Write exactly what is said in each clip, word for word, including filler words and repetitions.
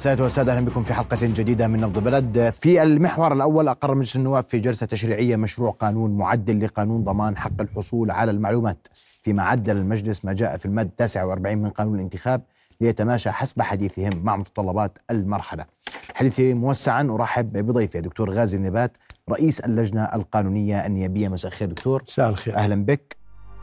سادة والسادة، أهلا بكم في حلقة جديدة من نبض بلد. في المحور الأول أقر مجلس النواب في جلسة تشريعية مشروع قانون معدل لقانون ضمان حق الحصول على المعلومات، فيما عدل المجلس ما جاء في المادة التاسعة والأربعين من قانون الانتخاب ليتماشى حسب حديثهم مع متطلبات المرحلة. حديثي موسعا أرحب بضيفي دكتور غازي النبات رئيس اللجنة القانونية النيابية. مساء الخير دكتور. مساء الخير. أهلا بك.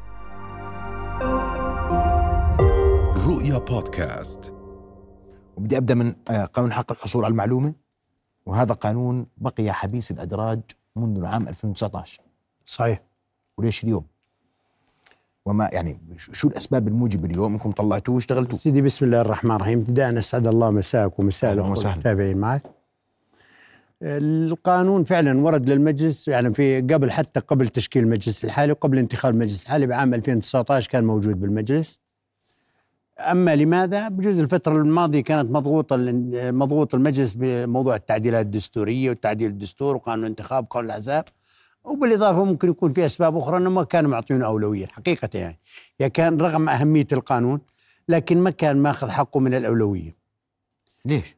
رؤيا بودكاست. وبدي أبدأ من قانون حق الحصول على المعلومة، وهذا قانون بقي حبيس الأدراج منذ العام ألفين وتسعة عشر. صحيح. وليش اليوم؟ وما يعني شو الأسباب الموجبة اليوم إنكم طلعتوه واشتغلتوه؟ سيدي بسم الله الرحمن الرحيم. ابتداء أسعد الله مساك ومساء الأخوة المتابعين معك. القانون فعلا ورد للمجلس يعني في قبل حتى قبل تشكيل المجلس الحالي وقبل انتخاب المجلس الحالي بعام ألفين وتسعة عشر كان موجود بالمجلس. أما لماذا؟ بجوز الفترة الماضية كانت مضغوطة مضغوط المجلس بموضوع التعديلات الدستورية وتعديل الدستور وقانون الانتخاب وقانون الأحزاب، وبالإضافة ممكن يكون في أسباب أخرى أنه ما كانوا معطينه أولوية حقيقة، يعني يعني كان رغم أهمية القانون لكن ما كان ماخذ حقه من الأولوية. ليش؟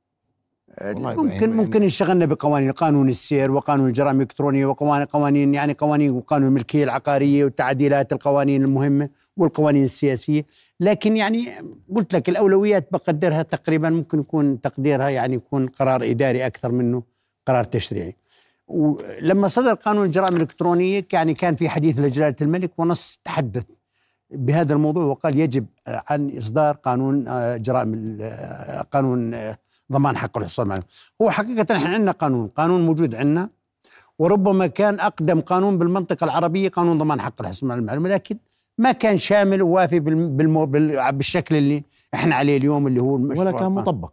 ممكن ممكن انشغلنا بقوانين قانون السير وقانون الجرائم الإلكترونية وقوانين قوانين يعني قوانين وقانون الملكية العقارية وتعديلات القوانين المهمة والقوانين السياسية، لكن يعني قلت لك الأولويات بقدرها تقريبا ممكن يكون تقديرها يعني يكون قرار إداري أكثر منه قرار تشريعي. ولما صدر قانون الجرائم الإلكترونية يعني كان في حديث لجلالة الملك ونص تحدث بهذا الموضوع وقال يجب عن إصدار قانون جرائم قانون ضمان حق الحصول على المعلومات. هو حقيقة احنا عندنا قانون قانون موجود عندنا، وربما كان أقدم قانون بالمنطقة العربية قانون ضمان حق الحصول على المعلومات، لكن ما كان شامل ووافي بالمو... بالشكل اللي احنا عليه اليوم اللي هو ولا كان مطبق.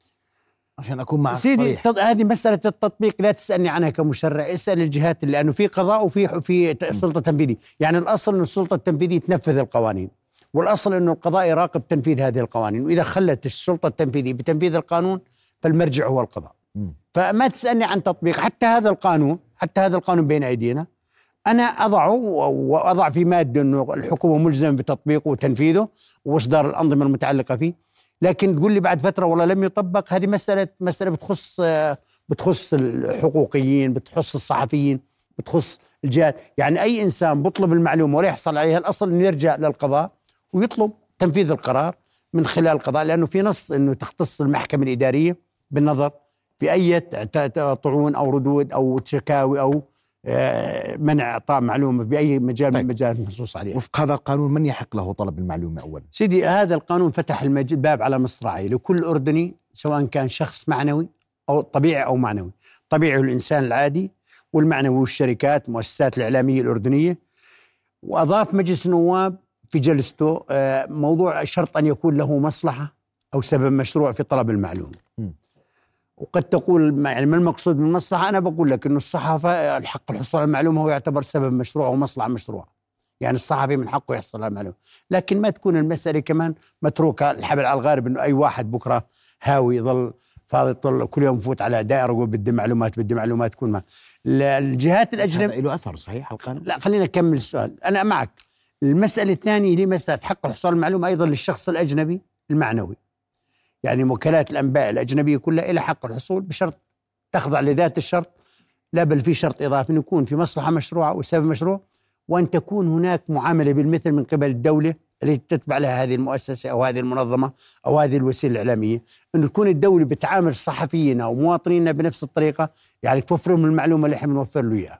عشان أكون معك سيدي صريح. تض... هذه مسألة التطبيق لا تسألني عنها كمشرع، اسأل الجهات اللي لأنه في قضاء وفي في سلطة تنفيذية. يعني الأصل أن السلطة التنفيذية تنفذ القوانين، والأصل أنه القضاء يراقب تنفيذ هذه القوانين، وإذا خلت السلطة التنفيذية بتنفيذ القانون فالمرجع هو القضاء. م. فما تسألني عن تطبيق حتى هذا القانون حتى هذا القانون بين أيدينا أنا أضعه وأضع في مادة أنه الحكومة ملزمة بتطبيقه وتنفيذه وإصدار الأنظمة المتعلقة فيه، لكن تقول لي بعد فترة والله لم يطبق. هذه مسألة مسألة بتخص بتخص الحقوقيين، بتخص الصحفيين، بتخص الجهات. يعني أي إنسان بطلب المعلومة ولا يحصل عليها الأصل أنه يرجع للقضاء ويطلب تنفيذ القرار من خلال القضاء، لأنه في نص أنه تختص المحكمة الإدارية بالنظر في أي طعون أو ردود أو شكاوي أو منع إعطاء معلومة بأي مجال من المجالات المنصوص عليها. وفق هذا القانون من يحق له طلب المعلومة أولا؟ سيدي هذا القانون فتح الباب على مصراعي لكل أردني سواء كان شخص معنوي أو طبيعي أو معنوي. طبيعي الإنسان العادي، والمعنوي والشركات مؤسسات الإعلامية الأردنية. وأضاف مجلس النواب في جلسته موضوع شرط أن يكون له مصلحة أو سبب مشروع في طلب المعلومة. م. وقد تقول يعني ما المقصود من المصلحة؟ أنا بقول لك إنه الصحافة الحق الحصول على المعلومة هو يعتبر سبب مشروع ومصلحة مشروع، يعني الصحفي من حقه يحصل على المعلومة، لكن ما تكون المسألة كمان متروكة الحبل على الغارب إنه أي واحد بكرة هاوي يظل فاضي طل كل يوم فوت على دائرة ويقول بدي معلومات بدي معلومات تكون ما الجهات الأجنبية. له أثر صحيح القانون؟ لا خلينا نكمل السؤال. أنا معك. المسألة الثانية هي مسألة حق الحصول على المعلومة أيضا للشخص الأجنبي المعنوي، يعني وكالات الأنباء الأجنبية كلها إلى حق الحصول بشرط تخضع لذات الشرط، لا بل في شرط إضافي أن يكون في مصلحة مشروعة وسبب مشروع، وأن تكون هناك معاملة بالمثل من قبل الدولة التي تتبع لها هذه المؤسسة أو هذه المنظمة أو هذه الوسيلة الإعلامية، أن تكون الدولة بتعامل صحفينا ومواطنينا بنفس الطريقة، يعني توفرهم المعلومة اللي احنا بنوفر له إياها.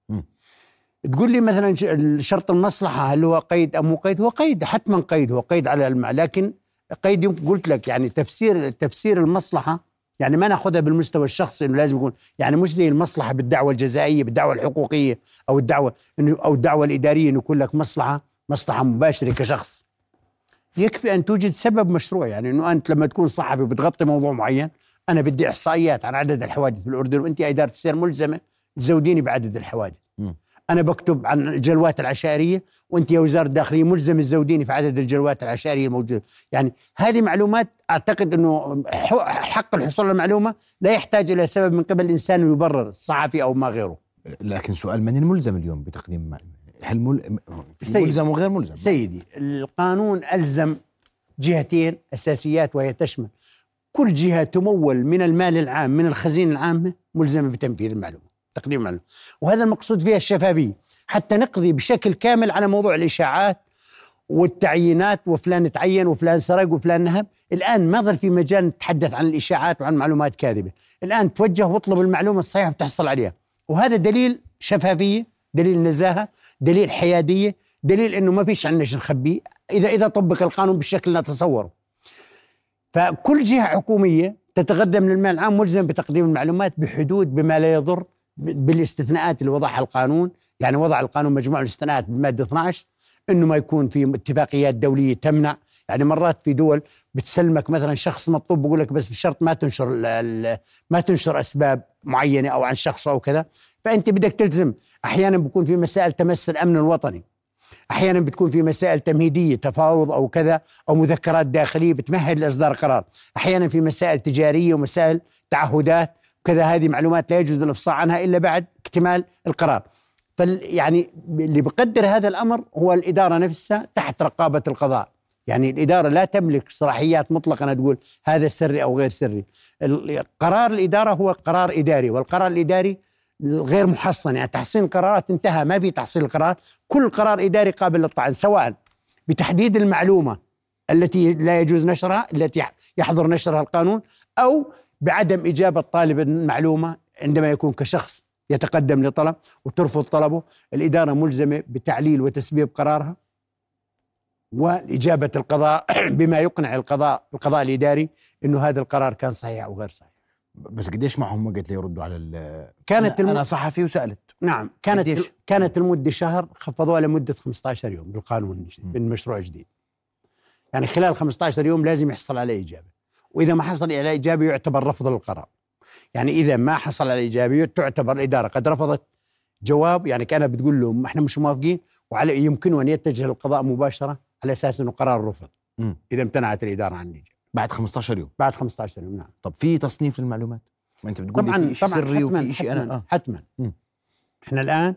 تقول لي مثلا شرط المصلحة هل هو قيد أم مو قيد؟ هو قيد، حتما قيد، هو قيد على المع، لكن قيد قلت لك يعني تفسير تفسير المصلحة يعني ما ناخذها بالمستوى الشخصي انه لازم يكون يعني مش زي المصلحة بالدعوة الجزائية بالدعوة الحقوقية او الدعوة انه او الدعوة الإدارية انه يكون لك مصلحة مصلحة مباشرة كشخص. يكفي ان توجد سبب مشروع، يعني انه انت لما تكون صحفي بتغطي موضوع معين، انا بدي احصائيات عن عدد الحوادث في الأردن وانت إدارة السير ملزمة تزوديني بعدد الحوادث. م. أنا بكتب عن الجلوات العشائرية وأنت يا وزارة الداخلية ملزم تزوديني في عدد الجلوات العشائرية الموجودة. يعني هذه معلومات أعتقد أنه حق الحصول على المعلومة لا يحتاج إلى سبب من قبل الإنسان يبرر الصحفي أو ما غيره. لكن سؤال من الملزم اليوم بتقديم معلومة؟ هل مل... ملزم وغير ملزم؟ سيدي القانون ألزم جهتين أساسيات وهي تشمل كل جهة تمول من المال العام من الخزينة العامة ملزمة بتنفيذ المعلومة، تقديم المعلومة، وهذا المقصود فيها الشفافية، حتى نقضي بشكل كامل على موضوع الإشاعات والتعيينات، وفلان تعين وفلان سرق وفلان نهب. الآن ما ظل في مجال نتحدث عن الإشاعات وعن معلومات كاذبة، الآن توجه واطلب المعلومة الصحيحة وتحصل عليها، وهذا دليل شفافية، دليل نزاهة، دليل حيادية، دليل إنه ما فيش عنا شيء نخبيه إذا إذا طبق القانون بالشكل اللي نتصوره. فكل جهة حكومية تتغذى من المال العام ملزم بتقديم المعلومات بحدود بما لا يضر، بالاستثناءات اللي وضعها القانون. يعني وضع القانون مجموعة الاستثناءات بالمادة اثني عشر، انه ما يكون في اتفاقيات دولية تمنع. يعني مرات في دول بتسلمك مثلا شخص مطلوب، بقول لك بس بشرط ما تنشر ما تنشر اسباب معينة او عن شخص او كذا، فانت بدك تلزم. احيانا بيكون في مسائل تمس الامن الوطني، احيانا بتكون في مسائل تمهيديه تفاوض او كذا او مذكرات داخليه بتمهد لاصدار قرار، احيانا في مسائل تجاريه ومسائل تعهدات كذا، هذه معلومات لا يجوز الافصاح عنها الا بعد اكتمال القرار. فال يعني اللي بقدر هذا الامر هو الاداره نفسها تحت رقابه القضاء. يعني الاداره لا تملك صلاحيات مطلقه أنا تقول هذا سري او غير سري. قرار الاداره هو قرار اداري، والقرار الاداري غير محصن، يعني تحصين القرارات انتهى، ما في تحصيل القرار. كل قرار إداري قابل للطعن، سواء بتحديد المعلومة التي لا يجوز نشرها التي يحظر نشرها القانون، أو بعدم إجابة طالب المعلومة عندما يكون كشخص يتقدم لطلب وترفض طلبه. الإدارة ملزمة بتعليل وتسبيب قرارها وإجابة القضاء بما يقنع القضاء القضاء الإداري إنه هذا القرار كان صحيح أو غير صحيح. بس قديش معهم وقت ليردوا على ال كانت أنا, الم... أنا صحفي وسألت. نعم كانت قديش؟ كانت المدة شهر، خفضوها لمدة خمسة عشر يوم بالقانون بالمشروع الجديد. يعني خلال خمسة عشر يوم لازم يحصل على إجابة، وإذا ما حصل على إجابة يعتبر رفض للقرار. يعني إذا ما حصل على إجابة تعتبر الإدارة قد رفضت جواب، يعني كانت بتقول لهم احنا مش موافقين، وعلى يمكنه أن يتجه للقضاء مباشرة على أساس أنه قرار رفض م. إذا امتنعت الإدارة عن الإجابة بعد خمسة عشر يوم. بعد خمسة عشر يوم نعم. طب في تصنيف للمعلومات؟ ما أنت بتقول طبعا لي في شيء طبعا سري حتماً وفي شيء حتماً أنا آه. حتما م. احنا الآن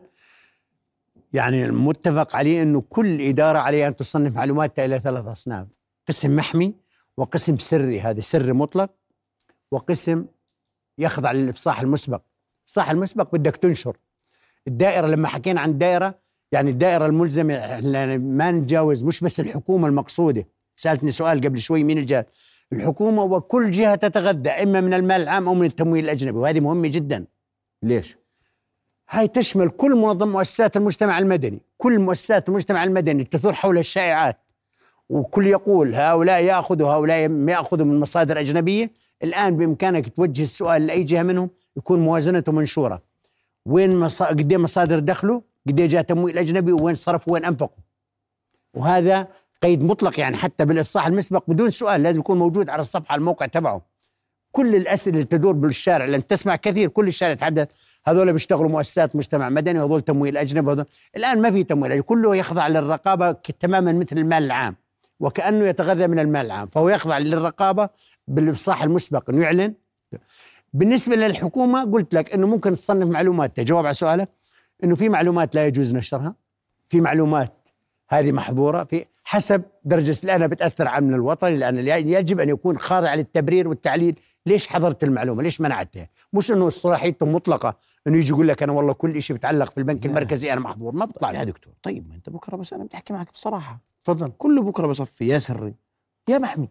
يعني المتفق عليه أنه كل إدارة عليها أن تصنف معلوماتها إلى ثلاث أصناف: قسم محمي، وقسم سري هذا سر مطلق، وقسم يخضع للإفصاح المسبق. الإفصاح المسبق بدك تنشر الدائرة. لما حكينا عن الدائرة يعني الدائرة الملزمة ما نتجاوز مش بس الحكومة المقصودة. سألتني سؤال قبل شوي مين الجهة؟ الحكومة وكل جهة تتغذى إما من المال العام أو من التمويل الأجنبي، وهذه مهمة جدا. ليش؟ هاي تشمل كل منظمة مؤسسات المجتمع المدني، كل مؤسسات المجتمع المدني تثور حول الشائعات، وكل يقول هؤلاء يأخذوا هؤلاء ما يأخذوا من مصادر أجنبية. الآن بإمكانك توجه السؤال لأي جهة منهم يكون موازنته منشورة، وين مص... قد مصادر دخله، قد جاء تمويل أجنبي، وين صرفوا وين أنفقوا. وهذا قيد مطلق، يعني حتى بالإفصاح المسبق بدون سؤال لازم يكون موجود على الصفحة الموقع تبعه. كل الأسئلة اللي تدور بالشارع لأن تسمع كثير، كل الشارع يتحدث هذول بيشتغلوا مؤسسات مجتمع مدني وهذول تمويل أجنبي وهذول. الآن ما في تمويل أجنبي، كله يخضع للرقابة تماما مثل المال العام، وكأنه يتغذى من المال العام، فهو يخضع للرقابة بالإفصاح المسبق إنه يعلن. بالنسبة للحكومة قلت لك إنه ممكن تصنف معلومات، تجاوب على سؤالك إنه في معلومات لا يجوز نشرها، في معلومات هذه محظورة في حسب درجة الآن بتأثر على الأمن الوطني، لأن يجب أن يكون خاضع للتبرير والتعليل. ليش حضرت المعلومة؟ ليش منعتها؟ مش إنه صلاحيته مطلقة إنه يجي يقول لك أنا والله كل شيء بتعلق في البنك المركزي أنا محظور، ما بطلع يا دكتور. طيب ما أنت بكرة، بس أنا بدي أحكي معك بصراحة، تفضل. كله بكرة بصفي يا سري يا محمي،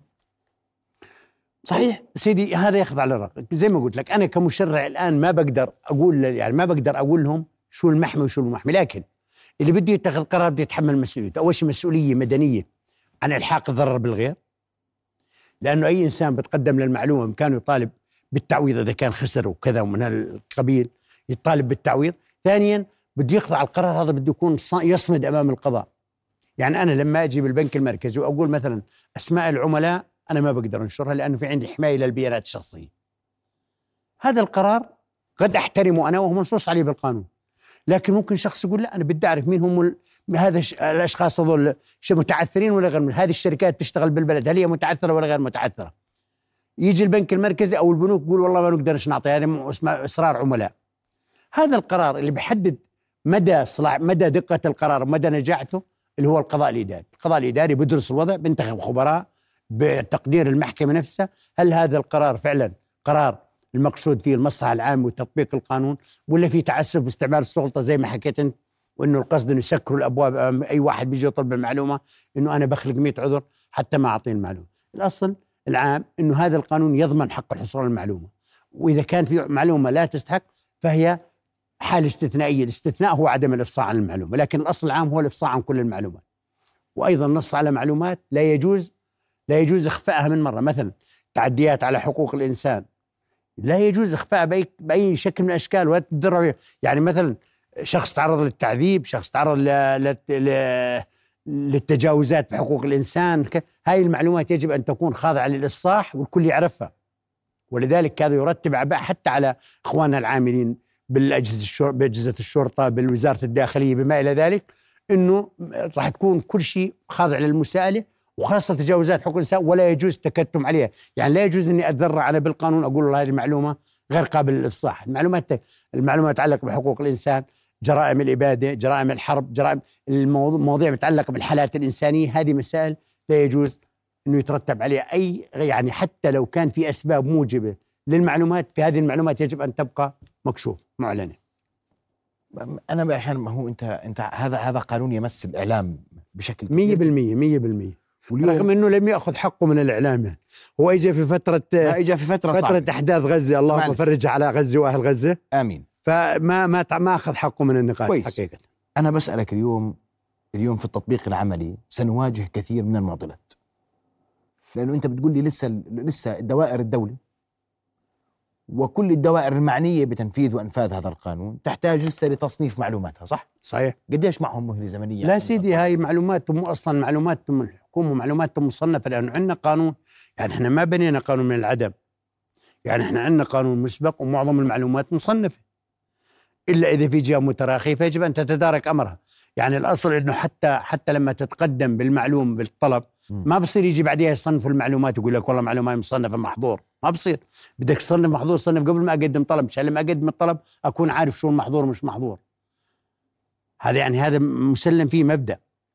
صحيح سيدي؟ هذا يخضع للرقابة. زي ما قلت لك أنا كمشرع الآن ما بقدر أقول، يعني ما بقدر أقول لهم شو المحمي وشو المحمي، لكن اللي بده يتخذ قرار بده يتحمل مسؤوليته. أول شيء مسؤولية مدنية عن إلحاق الضرر بالغير، لأنه أي إنسان بتقدم للمعلومة بإمكانه يطالب بالتعويض إذا كان خسر وكذا ومن القبيل يطالب بالتعويض. ثانيا بده يخضع القرار هذا بده يكون يصمد أمام القضاء. يعني أنا لما أجي بالبنك المركزي وأقول مثلا أسماء العملاء أنا ما بقدر أنشرها لأنه في عندي حماية للبيانات الشخصية. هذا القرار قد أحترمه أنا وهو منصوص عليه بالقانون، لكن ممكن شخص يقول لا أنا بدي أعرف مين هم ال... هذا الأشخاص هذول متعثرين ولا غير، هذه الشركات تشتغل بالبلد هل هي متعثرة ولا غير متعثرة. يجي البنك المركزي أو البنوك يقول والله ما نقدرش نعطي، هذا اسمه إصرار عملاء. هذا القرار اللي بيحدد مدى صلاح مدى دقة القرار ومدى نجاعته اللي هو القضاء الإداري. القضاء الإداري بدرس الوضع، بينتخب خبراء بتقدير المحكمة نفسها هل هذا القرار فعلا قرار المقصود فيه المصلحة العامة وتطبيق القانون، ولا في تعسف واستعمال السلطة زي ما حكيت انت، وانه القصد انه يسكروا الابواب امام اي واحد بيجي يطلب المعلومة، انه انا بخلق مئة عذر حتى ما اعطيه المعلومة. الاصل العام انه هذا القانون يضمن حق الحصول على المعلومة، واذا كان في معلومة لا تستحق فهي حالة استثنائية. الاستثناء هو عدم الافصاح عن المعلومة، لكن الاصل العام هو الافصاح عن كل المعلومات. وايضا نص على معلومات لا يجوز لا يجوز اخفائها من مرة، مثلا تعديات على حقوق الانسان لا يجوز اخفاء باي باي شكل من الاشكال ولا تضرر. يعني مثلا شخص تعرض للتعذيب، شخص تعرض ل... ل... للتجاوزات بحقوق الانسان، هاي المعلومات يجب ان تكون خاضعه للافصاح والكل يعرفها. ولذلك هذا يرتب عباء حتى على اخواننا العاملين بالاجهزه الشر... باجهزه الشرطه، بالوزاره الداخليه، بما الى ذلك، انه راح تكون كل شيء خاضع للمساءله، وخاصة تجاوزات حقوق الإنسان ولا يجوز التكتم عليها. يعني لا يجوز أني أتذرع أنا بالقانون أقول والله هذه المعلومة غير قابل للإفصاح. المعلومات المعلومات تتعلق بحقوق الإنسان، جرائم الإبادة، جرائم الحرب، جرائم المواضيع متعلقة بالحالات الإنسانية، هذه مسائل لا يجوز أنه يترتب عليها أي، يعني حتى لو كان في أسباب موجبة للمعلومات، في هذه المعلومات يجب أن تبقى مكشوف معلنة. أنا عشان ما هو أنت أنت هذا هذا قانون يمس الإعلام بشكل مية بالمية مية بالمية رغم انه لم ياخذ حقه من الاعلام. يعني هو اجى في فتره اجى في فتره فتره صعبة. احداث غزه، اللهم فرج على غزه واهل غزه، امين. فما ما ما اخذ حقه من النقاش كويس. حقيقه انا بسالك اليوم اليوم في التطبيق العملي سنواجه كثير من المعضلات، لانه انت بتقول لي لسه لسه الدوائر الدوله وكل الدوائر المعنيه بتنفيذ وانفاذ هذا القانون تحتاج لسه لتصنيف معلوماتها، صح؟ صحيح. قديش معهم مهله زمنيه؟ لا سيدي، هاي معلوماتهم مو اصلا معلوماتهم الحكومه، معلوماتهم مصنفه، لانه عندنا قانون. يعني احنا ما بنينا قانون من العدم، يعني احنا عندنا قانون مسبق ومعظم المعلومات مصنفه، الا اذا في جهه متراخيه فيجب ان تتدارك امرها. يعني الاصل انه حتى حتى لما تتقدم بالمعلوم بالطلب ما بصير يجي بعديها يصنفوا المعلومات ويقول لك والله معلومه مصنفه محظور، ما بصير. بدك تصنف محظور صنف قبل ما اقدم طلب، مشان لما اقدم الطلب اكون عارف شو المحظور ومش محظور. هذا يعني هذا مسلم فيه مبدأ.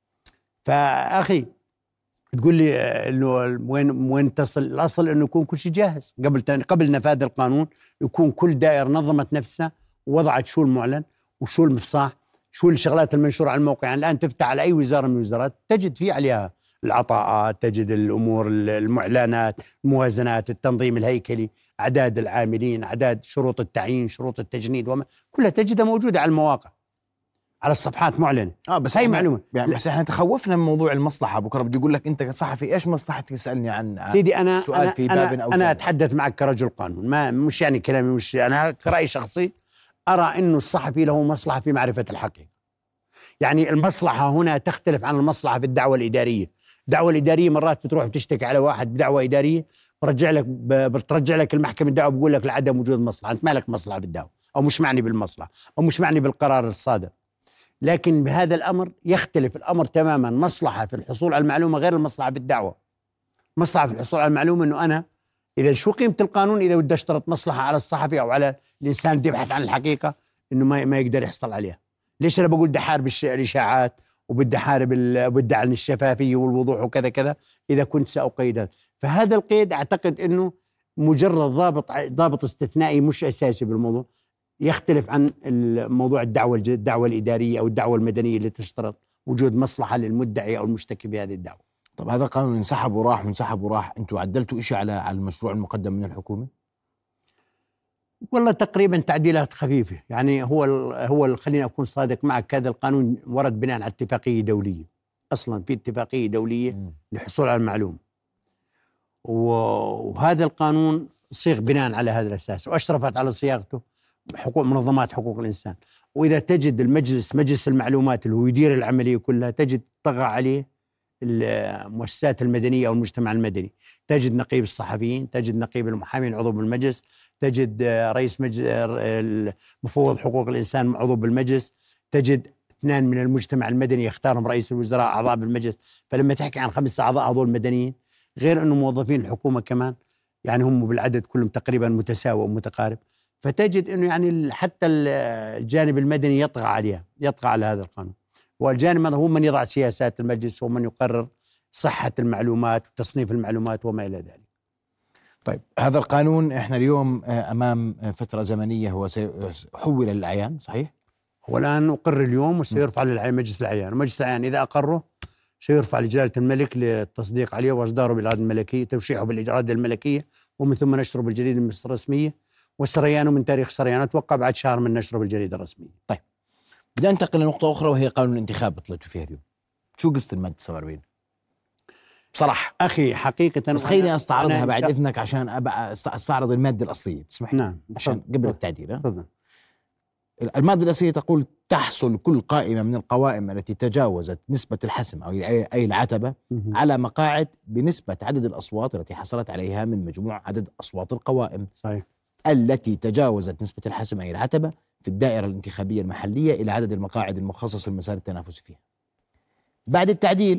فأخي تقول لي انه وين وين تصل؟ الاصل انه يكون كل شيء جاهز قبل قبل نفاذ القانون، يكون كل دائره نظمت نفسها ووضعت شو المعلن وشو المفصاح، شو الشغلات المنشوره على الموقع. يعني الان تفتح على اي وزاره من الوزارات تجد فيه عليها العطاءات، تجد الامور، المعلنات، الموازنات، التنظيم الهيكلي، اعداد العاملين، اعداد شروط التعيين، شروط التجنيد، وما كلها تجدها موجوده على المواقع على الصفحات معلنه. اه بس هي معلومه يعني. بس احنا تخوفنا من موضوع المصلحه. بكره بدي اقول لك انت كصحفي ايش مصلحتك تسالني عن سيدي انا سؤال أنا في باب أنا او انا جانب. اتحدث معك كرجل قانون، ما مش يعني كلامي، مش انا كرأي شخصي ارى انه الصحفي له مصلحه في معرفه الحقيقه. يعني المصلحه هنا تختلف عن المصلحه في الدعوه الاداريه. الدعوه الاداريه مرات بتروح بتشتكي على واحد بدعوه اداريه، برجع لك بترجع لك المحكمه الدعوه بقول لك لعدم وجود مصلحه، انت مالك مصلحه بالدعوه، او مش معني بالمصلحه، او مش معني بالقرار الصادر. لكن بهذا الأمر يختلف الأمر تماما. مصلحة في الحصول على المعلومة غير المصلحة في الدعوة. مصلحة في الحصول على المعلومة أنه أنا إذا شو قيمة القانون إذا بدي أشترط مصلحة على الصحفي أو على الإنسان بده يبحث عن الحقيقة أنه ما ما يقدر يحصل عليها. ليش أنا بقول بدي أحارب الإشاعات وبدي أحارب بدي عن الشفافية والوضوح وكذا كذا إذا كنت سأقيدها. فهذا القيد أعتقد أنه مجرد ضابط ضابط استثنائي مش أساسي بالموضوع، يختلف عن الموضوع الدعوة الدعوة الإدارية أو الدعوة المدنية اللي تشترط وجود مصلحة للمدعي أو المشتكي بهذه الدعوة. طب هذا قانون انسحب وراح وانسحب وراح، أنتوا عدلتوا إشي على على المشروع المقدم من الحكومة؟ والله تقريبا تعديلات خفيفة. يعني هو هو خليني أكون صادق معك، هذا القانون ورد بناء على اتفاقية دولية. أصلا في اتفاقية دولية م. للحصول على المعلومة، وهذا القانون صيغ بناء على هذا الأساس، وأشرفت على صياغته حقوق منظمات حقوق الإنسان. وإذا تجد المجلس مجلس المعلومات اللي هو يدير العملية كلها تجد طغى عليه المؤسسات المدنية أو المجتمع المدني، تجد نقيب الصحفيين، تجد نقيب المحامين عضو بالمجلس، تجد رئيس مجلس مفوض حقوق الإنسان عضو بالمجلس، تجد اثنان من المجتمع المدني يختارهم رئيس الوزراء أعضاء بالمجلس. فلما تحكي عن خمسة أعضاء هذول المدنيين غير أنه موظفين الحكومة كمان، يعني هم بالعدد كلهم تقريبا متساوي ومتقارب. فتجد انه يعني حتى الجانب المدني يطغى عليها، يطغى على هذا القانون. والجانب هو من يضع سياسات المجلس، هو من يقرر صحة المعلومات وتصنيف المعلومات وما إلى ذلك. طيب هذا القانون احنا اليوم أمام فترة زمنية هو حول للأعيان صحيح؟ هو الآن أقر اليوم وسيرفع لمجلس الأعيان، ومجلس الأعيان إذا أقره سيرفع لجلالة الملك للتصديق عليه وإصداره بالإرادة الملكية، توشيحه بالإرادة الملكية، ومن ثم نشره بالجريدة الرسمية وسريانه من تاريخ سريانه. أتوقع بعد شهر من نشره بالجريدة الرسمية. طيب بدنا ننتقل لنقطة أخرى وهي قانون الانتخاب طلعتوا فيها اليوم. شو قصة المادة سبعة وأربعين؟ بصراحة أخي حقيقة بس خليني أستعرضها بعد إذنك عشان أبقى أستعرض المادة الأصلية، تسمح لي؟ نعم عشان قبل التعديل. تفضل. المادة الأصلية تقول تحصل كل قائمة من القوائم التي تجاوزت نسبة الحسم أو أي العتبة على مقاعد بنسبة عدد الأصوات التي حصلت عليها من مجموع عدد أصوات القوائم صحيح. التي تجاوزت نسبة الحسم أي العتبة في الدائرة الانتخابية المحلية إلى عدد المقاعد المخصصة للمسار التنافسي فيها. بعد التعديل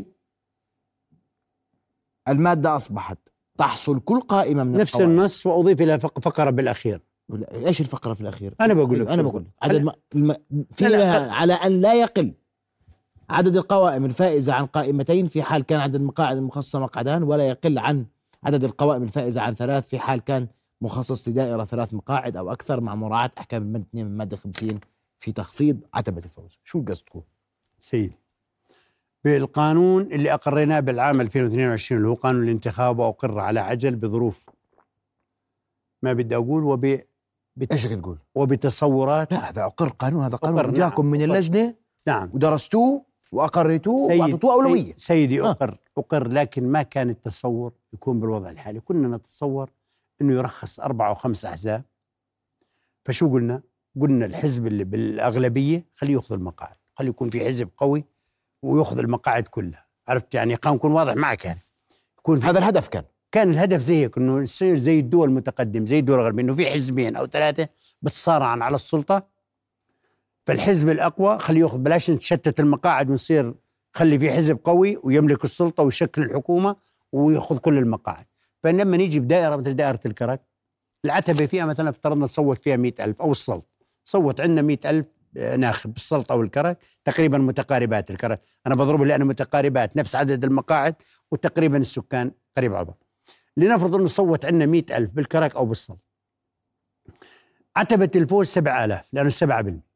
المادة أصبحت تحصل كل قائمة من نفس القوائم. النص وأضيف إلى فقرة بالأخير. ايش الفقرة في الأخير؟ أنا بقول لك أنا بقول عدد الم... الم... فيها على أن لا يقل عدد القوائم الفائزة عن قائمتين في حال كان عدد المقاعد المخصصة مقعدان، ولا يقل عن عدد القوائم الفائزة عن ثلاث في حال كان مخصص لدائرة ثلاث مقاعد أو أكثر، مع مراعاة أحكام المادة اثنين من المادة خمسين في تخفيض عتبة الفوز. شو قصدكم؟ سيدي بالقانون اللي أقريناه بالعام ألفين واثنين وعشرين اللي هو قانون الانتخاب، وأقر على عجل بظروف ما بدي أقول وب بت... ايش تقول؟ وبتصورات. لا هذا أقر قانون، هذا قانون أقر. جاكم نعم. من اللجنة. نعم. ودرستوه وأقريتوه سيد وأعطيتوه أولوية. سيدي آه. أقر أقر لكن ما كان التصور يكون بالوضع الحالي. كنا نتصور إنه يرخص أربعة أو خمس أحزاب، فشو قلنا؟ قلنا الحزب اللي بالأغلبية خليه يأخذ المقاعد، خليه يكون في حزب قوي ويأخذ المقاعد كلها. عرفت يعني؟ قام يكون واضح معك يعني. يكون هذا الهدف كان كان الهدف زي هيك، انه يصير زي الدول المتقدم زي الدول الغربيه، انه في حزبين او ثلاثه بتصارعن على السلطه، فالحزب الاقوى خليه ياخذ، بلاش نتشتت المقاعد ونصير خلي في حزب قوي ويملك السلطه ويشكل الحكومه وياخذ كل المقاعد. فلما نيجي بدائره مثل دائره الكرك العتبه فيها مثلا افترضنا تصوت فيها مئة ألف او السلط صوت عندنا مئة ألف ناخب بالسلط او الكرك، تقريبا متقاربات. الكرك انا بضربه لانه متقاربات نفس عدد المقاعد وتقريبا السكان قريب على بعض. لنفرض انه صوت عندنا مئة ألف بالكرك او بالسلط، عتبة الفوز سبعة آلاف لانه سبعة بالمئة.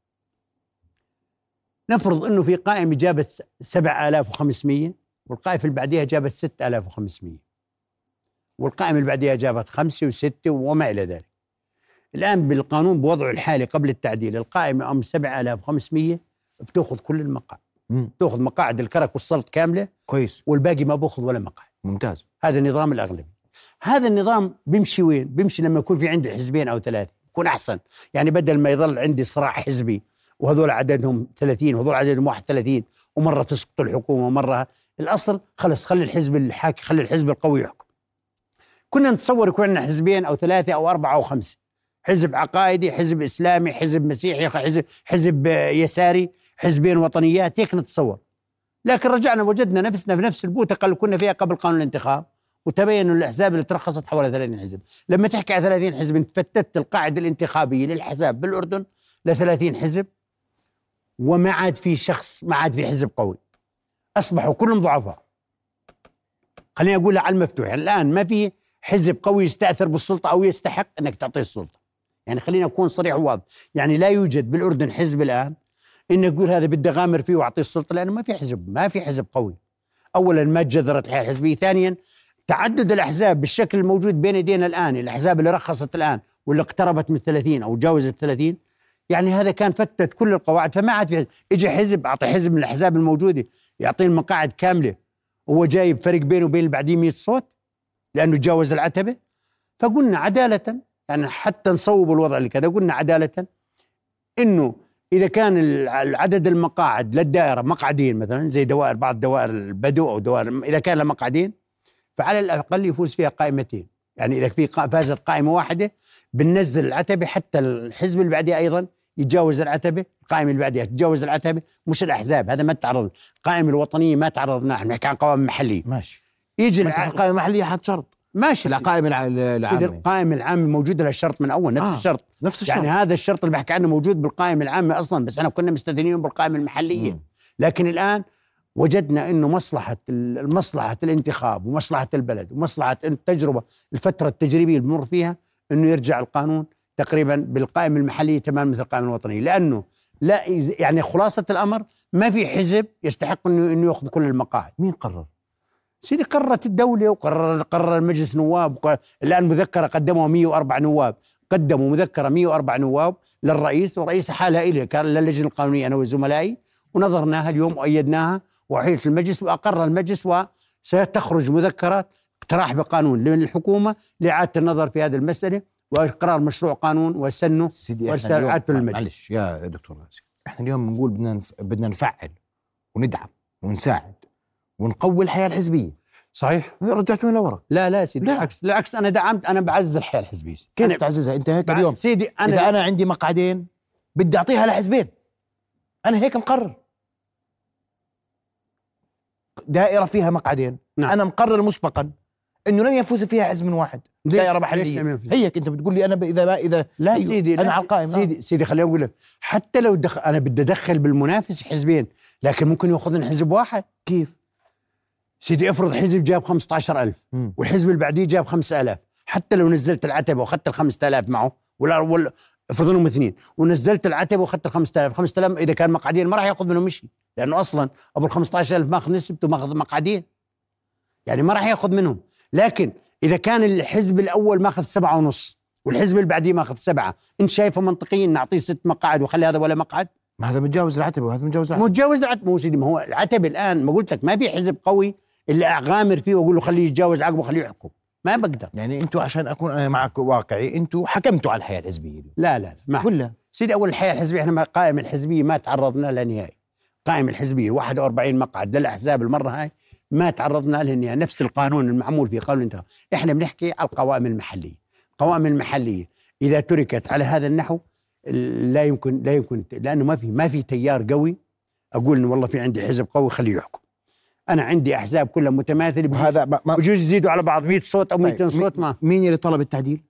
نفرض انه في قائمة جابت سبعة آلاف وخمسمئة والقائمة اللي بعديها جابت ستة آلاف وخمسمئة والقائمة اللي بعديها جابت خمسة وستة وما الى ذلك. الان بالقانون بوضعه الحالي قبل التعديل القائمة ام سبعة آلاف وخمسمئة بتاخذ كل المقاعد، تاخذ مقاعد الكرك والسلط كاملة كويس، والباقي ما باخذ ولا مقعد. ممتاز. هذا النظام الأغلبي. هذا النظام بيمشي وين؟ بيمشي لما يكون في عندي حزبين أو ثلاثة، يكون أحسن. يعني بدل ما يظل عندي صراع حزبي وهذول عددهم ثلاثين وهذول عددهم واحد وثلاثين ومرة تسقط الحكومة ومرة، الأصل خلص خلي الحزب الحاكي خلي الحزب القوي يحكم. كنا نتصور يكون عندنا حزبين أو ثلاثة أو أربعة أو خمسة، حزب عقائدي، حزب إسلامي، حزب مسيحي، حزب, حزب يساري، حزبين وطنيات، هيك نتصور. لكن رجعنا وجدنا نفسنا في نفس البوتقة اللي كنا فيها قبل قانون الانتخاب، وتبين أن الأحزاب اللي ترخصت حوالي ثلاثين حزب. لما تحكي على ثلاثين حزب تفتت القاعدة الانتخابية للأحزاب بالأردن ل ثلاثين حزب، وما عاد في شخص، ما عاد في حزب قوي، أصبحوا كلهم ضعفاء. خليني أقولها على المفتوح، الآن ما في حزب قوي يستأثر بالسلطة أو يستحق أنك تعطيه السلطة. يعني خلينا أكون صريح وواضح، يعني لا يوجد بالأردن حزب الآن إنك تقول هذا بدي أغامر فيه وأعطيه السلطة، لأنه ما في حزب، ما في حزب قوي. أولا ما تجذرت الحياة الحزبية، ثانيا تعدد الأحزاب بالشكل الموجود بين يدينا الآن، الأحزاب اللي رخصت الآن واللي اقتربت من ثلاثين أو جاوزت ثلاثين، يعني هذا كان فتت كل القواعد، فما عاد في حزب. إجا حزب أعطي حزب من الأحزاب الموجودة يعطيه المقاعد كاملة وهو جايب فرق بينه وبين اللي بعديه مئة صوت لأنه تجاوز العتبة. فقلنا عدالة، يعني حتى نصوب الوضع اللي كذا، قلنا عدالة إنه إذا كان عدد المقاعد للدائرة مقعدين مثلا زي دوائر بعض دوائر البدو أو دوائر، إذا كان لها مقعدين فعلى الأقل يفوز فيها قائمتين. يعني إذا في فازت قائمة واحدة بننزل العتبة حتى الحزب اللي بعدها أيضا يتجاوز العتبة، القائمة اللي بعدها تتجاوز العتبة، مش الأحزاب. هذا ما تعرض، القائمة الوطنية ما تعرضنا، احنا نحكي عن قوائم محلية. ماشي، يجي القائمة المحلية حد شرط ماشي، القائمة العامة. القائمة العامة موجودة لها الشرط من أول، نفس آه. الشرط نفس الشرط، يعني هذا الشرط اللي بحكي عنه موجود بالقائمة العامة أصلا، بس أنا كنا مستثنين بالقائمة المحلية. مم. لكن الآن وجدنا انه مصلحه المصلحه الانتخاب ومصلحه البلد ومصلحه التجربه الفتره التجريبيه اللي بمر فيها انه يرجع القانون تقريبا بالقائمه المحليه تمام مثل القائمه الوطنيه، لانه لا يعني خلاصه الامر ما في حزب يستحق انه انه ياخذ كل المقاعد. مين قرر؟ سيدي قررت الدوله وقرر قرر مجلس نواب. الان مذكره قدموا مئة وأربعة نواب، قدموا مذكره مئة وأربعة نواب للرئيس، والرئيس حالها الي كان للجنه القانونيه انا وزملائي، ونظرناها اليوم وايدناها واحيلت المجلس واقر المجلس، وستخرج مذكرات اقتراح بقانون للحكومه لاعاده النظر في هذه المساله واقرار مشروع قانون وسنه واستعادته للمجلس. معلش يا دكتور غازي، احنا اليوم بنقول بدنا نف... بدنا نفعل وندعم ونساعد ونقوي الحياه الحزبيه. صحيح. رجعتوا لورا. لا لا سيدي، بالعكس بالعكس انا دعمت، انا بعزز الحياه الحزبيه. كيف تعززها انت هيك اليوم؟ سيدي أنا اذا انا عندي مقعدين بدي اعطيها لحزبين، انا هيك مقرر دائره فيها مقعدين. نعم. انا مقرر مسبقا انه لن يفوز فيها حزب من واحد، دائره محليه. هيك انت بتقول لي انا اذا ما اذا لا أيوه سيدي انا لا على القائمه. سيدي سيدي خليني اقول لك، حتى لو دخل انا بدي ادخل بالمنافس حزبين، لكن ممكن ياخذن حزب واحد. كيف سيدي؟ افرض حزب جاب خمسة عشر ألف والحزب اللي بعديه جاب خمسة آلاف، حتى لو نزلت العتبه واخذت ال خمسة آلاف معه، ولا ولا افرض انهم اثنين ونزلت العتبه واخذت ال خمسة آلاف، خمسة آلاف اذا كان مقعدين ما راح ياخذ منهم شيء، لانه اصلا ابو ال خمسة عشر ألف ماخذ نسبته ماخذ مقعدين، يعني ما راح ياخذ منهم. لكن اذا كان الحزب الاول ماخذ سبعة ونص والحزب اللي بعديه ماخذ سبعة، انت شايفه منطقيا نعطيه ست مقاعد وخلي هذا ولا مقعد؟ ما هذا متجاوز العتبه وهذا متجاوز العتبه. متجاوز العتبه. مو سيدي، ما هو العتبه الان ما قلت لك ما في حزب قوي اللي اغامر فيه واقول له خليه يتجاوز عقبه وخليه يحكم، ما بقدر. يعني انتوا عشان اكون انا معك واقعي، انتوا حكمتوا على الحياه الحزبيه دي. لا لا لا ولا سيدي، اول الحياه الحزبيه احنا قائمه الحزبيه ما تعرضنا لها نهائي. قائمه الحزبيه واحد وأربعين مقعد للاحزاب المره هاي ما تعرضنا لها نهائي، نفس القانون المعمول في قانون الانتخاب. احنا بنحكي على القوائم المحليه. القوائم المحليه اذا تركت على هذا النحو لا يمكن لا يمكن لانه ما في ما في تيار قوي اقول انه والله في عندي حزب قوي خليه يحكم. انا عندي احزاب كلها متماثله، هذا بجوز يزيدوا على بعض مئة صوت او مئتين صوت. ما مين اللي طلب التعديل؟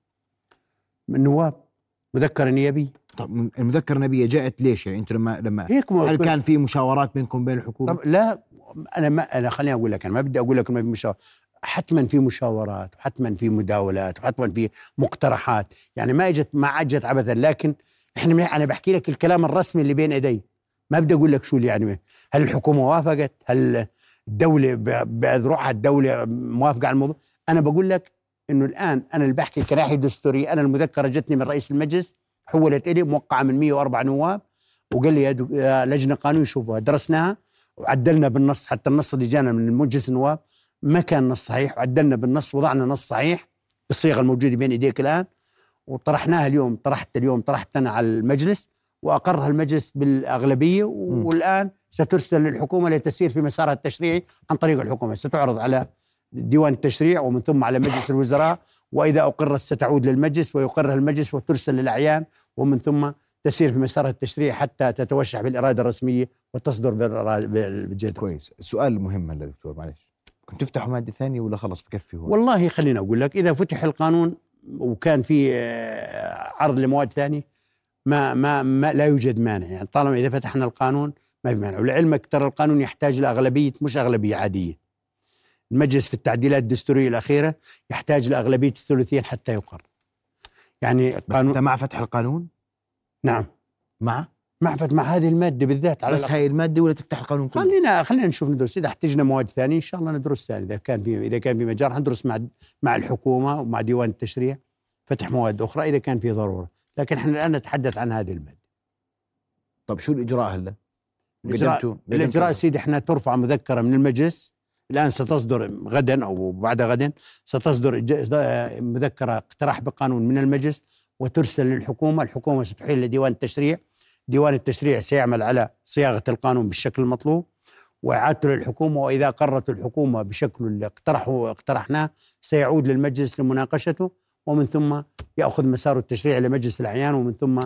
النواب، مذكره نيابيه. طب المذكره النيابيه جاءت ليش؟ يعني انتم لما لما هل كن... كان في مشاورات بينكم بين الحكومه؟ طب لا، انا ما انا خليني اقول لك، انا ما بدي اقول لك ما في مشاورات، حتما في مشاورات وحتما في مداولات وحتما في مقترحات، يعني ما اجت ما اجت عبثا. لكن احنا انا بحكي لك الكلام الرسمي اللي بين ايدي، ما بدي اقول لك شو اللي يعني هل الحكومه وافقت، هل الدوله بأذرعها الدوله موافقه على الموضوع. انا بقول لك انه الان انا اللي بحكي كناحيه دستوريه، انا المذكره جتني من رئيس المجلس حولت الي موقعه من مئة وأربعة نواب، وقال لي يا لجنه قانون شوفوها، درسناها وعدلنا بالنص، حتى النص اللي جانا من مجلس النواب ما كان نص صحيح، وعدلنا بالنص وضعنا نص صحيح بالصيغه الموجوده بين ايديك الان، وطرحناها اليوم طرحت اليوم طرحت انا على المجلس واقرها المجلس بالاغلبيه، والان سترسل للحكومه لتسير في مسارها التشريعي عن طريق الحكومه، ستعرض على ديوان التشريع ومن ثم على مجلس الوزراء، واذا اقرت ستعود للمجلس ويقرها المجلس وترسل للاعيان، ومن ثم تسير في مسارها التشريعي حتى تتوشح بالاراده الرسميه وتصدر بالجد. كويس. السؤال مهم هلا دكتور، معلش، كنت تفتحوا ماده ثانيه ولا خلص بكفي هون؟ والله خليني اقول لك، اذا فتح القانون وكان في عرض لمواد ثانيه ما ما ما لا يوجد مانع، يعني طالما اذا فتحنا القانون ما في مانع. ولعلمك ترى القانون يحتاج لاغلبيه، مش اغلبيه عاديه. المجلس في التعديلات الدستوريه الاخيره يحتاج لاغلبيه الثلثين حتى يقر. يعني بس انت مع فتح القانون؟ نعم مع مع فتح مع هذه الماده بالذات على بس هاي الماده ولا تفتح القانون كله؟ خلينا خلينا نشوف ندرس، اذا احتجنا مواد ثانيه ان شاء الله ندرس ثاني، اذا كان في اذا كان في مجال حندرس مع مع الحكومه ومع ديوان التشريع فتح مواد اخرى اذا كان في ضروره، لكن احنا الان نتحدث عن هذه الماده. طب شو الاجراء هلا؟ الإجراء, الإجراء سيدي احنا ترفع مذكرة من المجلس، الآن ستصدر غدا أو بعد غدا ستصدر مذكرة اقتراح بقانون من المجلس وترسل للحكومة، الحكومة ستحيل لديوان التشريع، ديوان التشريع سيعمل على صياغة القانون بالشكل المطلوب وإعادته للحكومة، وإذا قررت الحكومة بشكل اللي اقترحه اقترحناه سيعود للمجلس لمناقشته، ومن ثم يأخذ مساره التشريعي لمجلس الأعيان، ومن ثم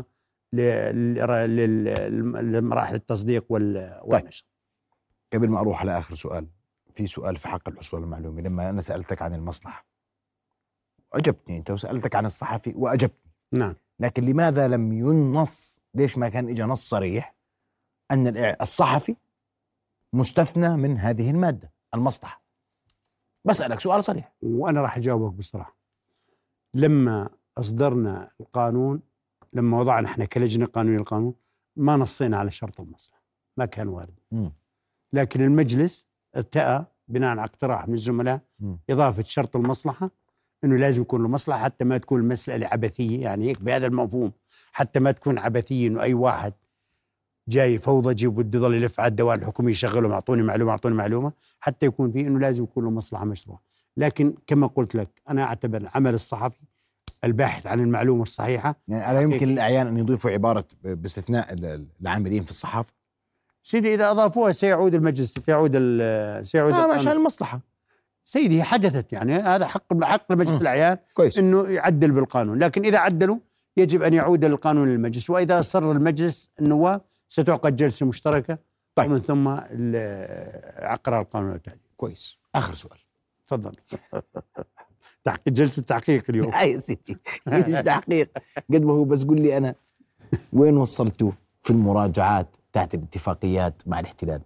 لمراحل التصديق والنشر. قبل ما اروح على اخر سؤال، في سؤال في حق الحصول على المعلومه. لما انا سالتك عن المصلحه اجبتني انت، وسالتك عن الصحفي واجبتني. نعم. لكن لماذا لم ينص؟ ليش ما كان اجى نص صريح ان الصحفي مستثنى من هذه المادة المصلحة. بسألك سؤال صريح وأنا راح أجاوبك بصراحة. لما أصدرنا القانون، لما وضعنا إحنا كلجنة قانونية القانون، ما نصينا على شرط المصلحة، ما كان وارد. م. لكن المجلس ارتأى بناء على اقتراح من الزملاء م. إضافة شرط المصلحة، إنه لازم يكون له مصلحة حتى ما تكون المسألة عبثية، يعني هيك بهذا المفهوم، حتى ما تكون عبثية إنه أي واحد جاي فوضى بده يضل يلف على الدوائر الحكومية يشغلهم أعطوني معلومة أعطوني معلومة، حتى يكون فيه إنه لازم يكون له مصلحة مشروعة. لكن كما قلت لك أنا أعتبر العمل الصحفي الباحث عن المعلومة الصحيحة. يعني ألا يمكن للأعيان أن يضيفوا عبارة باستثناء العاملين في الصحافة؟ سيدي إذا أضافوها سيعود المجلس سيعود ال سيعود آه عشان المصلحة سيدي، حدثت يعني هذا حق حق مجلس الأعيان كويس. إنه يعدل بالقانون، لكن إذا عدلوا يجب أن يعود القانون للمجلس، وإذا أصر المجلس النواب ستعقد جلسة مشتركة. طيب. ومن ثم عقر القانون التالي. كويس. آخر سؤال تفضل. تحقيق جلسة تحقيق اليوم. أي سيدي مش تحقيق قد ما هو، بس قل لي أنا وين وصلتوا في المراجعات تحت الاتفاقيات مع الاحتلال؟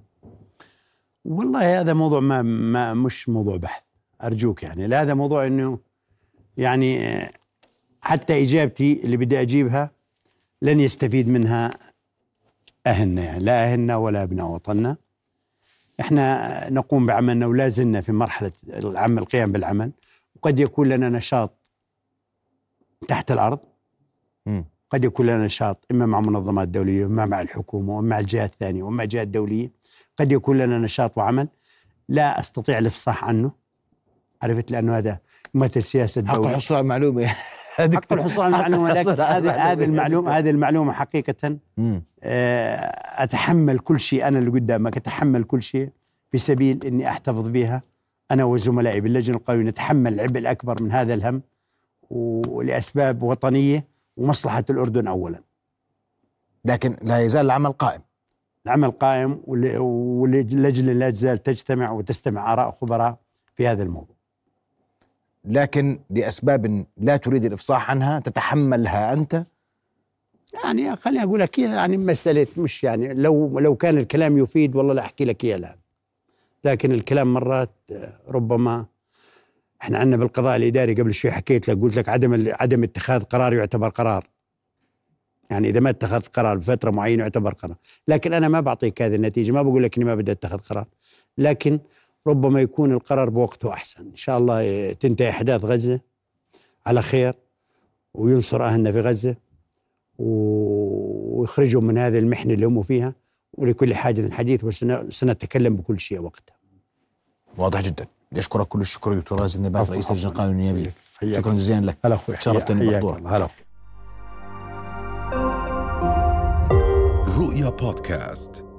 والله هذا موضوع ما, ما مش موضوع بحث أرجوك، يعني لا، هذا موضوع إنه يعني حتى إجابتي اللي بدي أجيبها لن يستفيد منها أهلنا، يعني لا أهلنا ولا أبناء وطننا. إحنا نقوم بعملنا ولا زلنا في مرحلة العمل القيام بالعمل، وقد يكون لنا نشاط تحت الأرض، م. قد يكون لنا نشاط إما مع منظمات دولية وإما مع الحكومة وإما مع الجهات الثانية وإما جهات دولية، قد يكون لنا نشاط وعمل لا أستطيع الإفصاح عنه، عرفت، لأنه هذا يمثل سياسة الدولة. حق الحصول على المعلومة حق الحصول على المعلومة، لكن هذه هذه المعلومة هذه المعلومة حقيقة أتحمل كل شيء، أنا اللي قدامك أتحمل كل شيء في سبيل إني أحتفظ بها أنا وزملائي باللجنة القانونية، نتحمل العبء الأكبر من هذا الهم ولأسباب وطنية ومصلحة الأردن أولا. لكن لا يزال العمل قائم. العمل قائم، واللجنة لا تزال تجتمع وتستمع آراء خبراء في هذا الموضوع، لكن لأسباب لا تريد الإفصاح عنها تتحملها أنت. يعني خليني أقول لك يعني مسألة مش يعني لو لو كان الكلام يفيد والله لا أحكي لك إياه الآن، لكن الكلام مرات ربما إحنا عندنا بالقضاء الإداري قبل شوي حكيت لك، قلت لك عدم عدم اتخاذ قرار يعتبر قرار، يعني إذا ما اتخذت قرار بفترة معينة يعتبر قرار، لكن أنا ما بعطيك هذه النتيجة، ما بقول لك إني ما بدي أتخذ قرار، لكن ربما يكون القرار بوقته أحسن. إن شاء الله تنتهي أحداث غزة على خير وينصر أهلنا في غزة ويخرجهم من هذه المحنة اللي هم فيها، ولكل حاجة حديث وسنتكلم بكل شيء وقتها. واضح جدا. أشكرك كل الشكر دكتور غازي النبات رئيس اللجنة القانونية. شكرا جزيلا لك. هلا أخوي، شرفتني بالحضور. هلا. رؤيا بودكاست.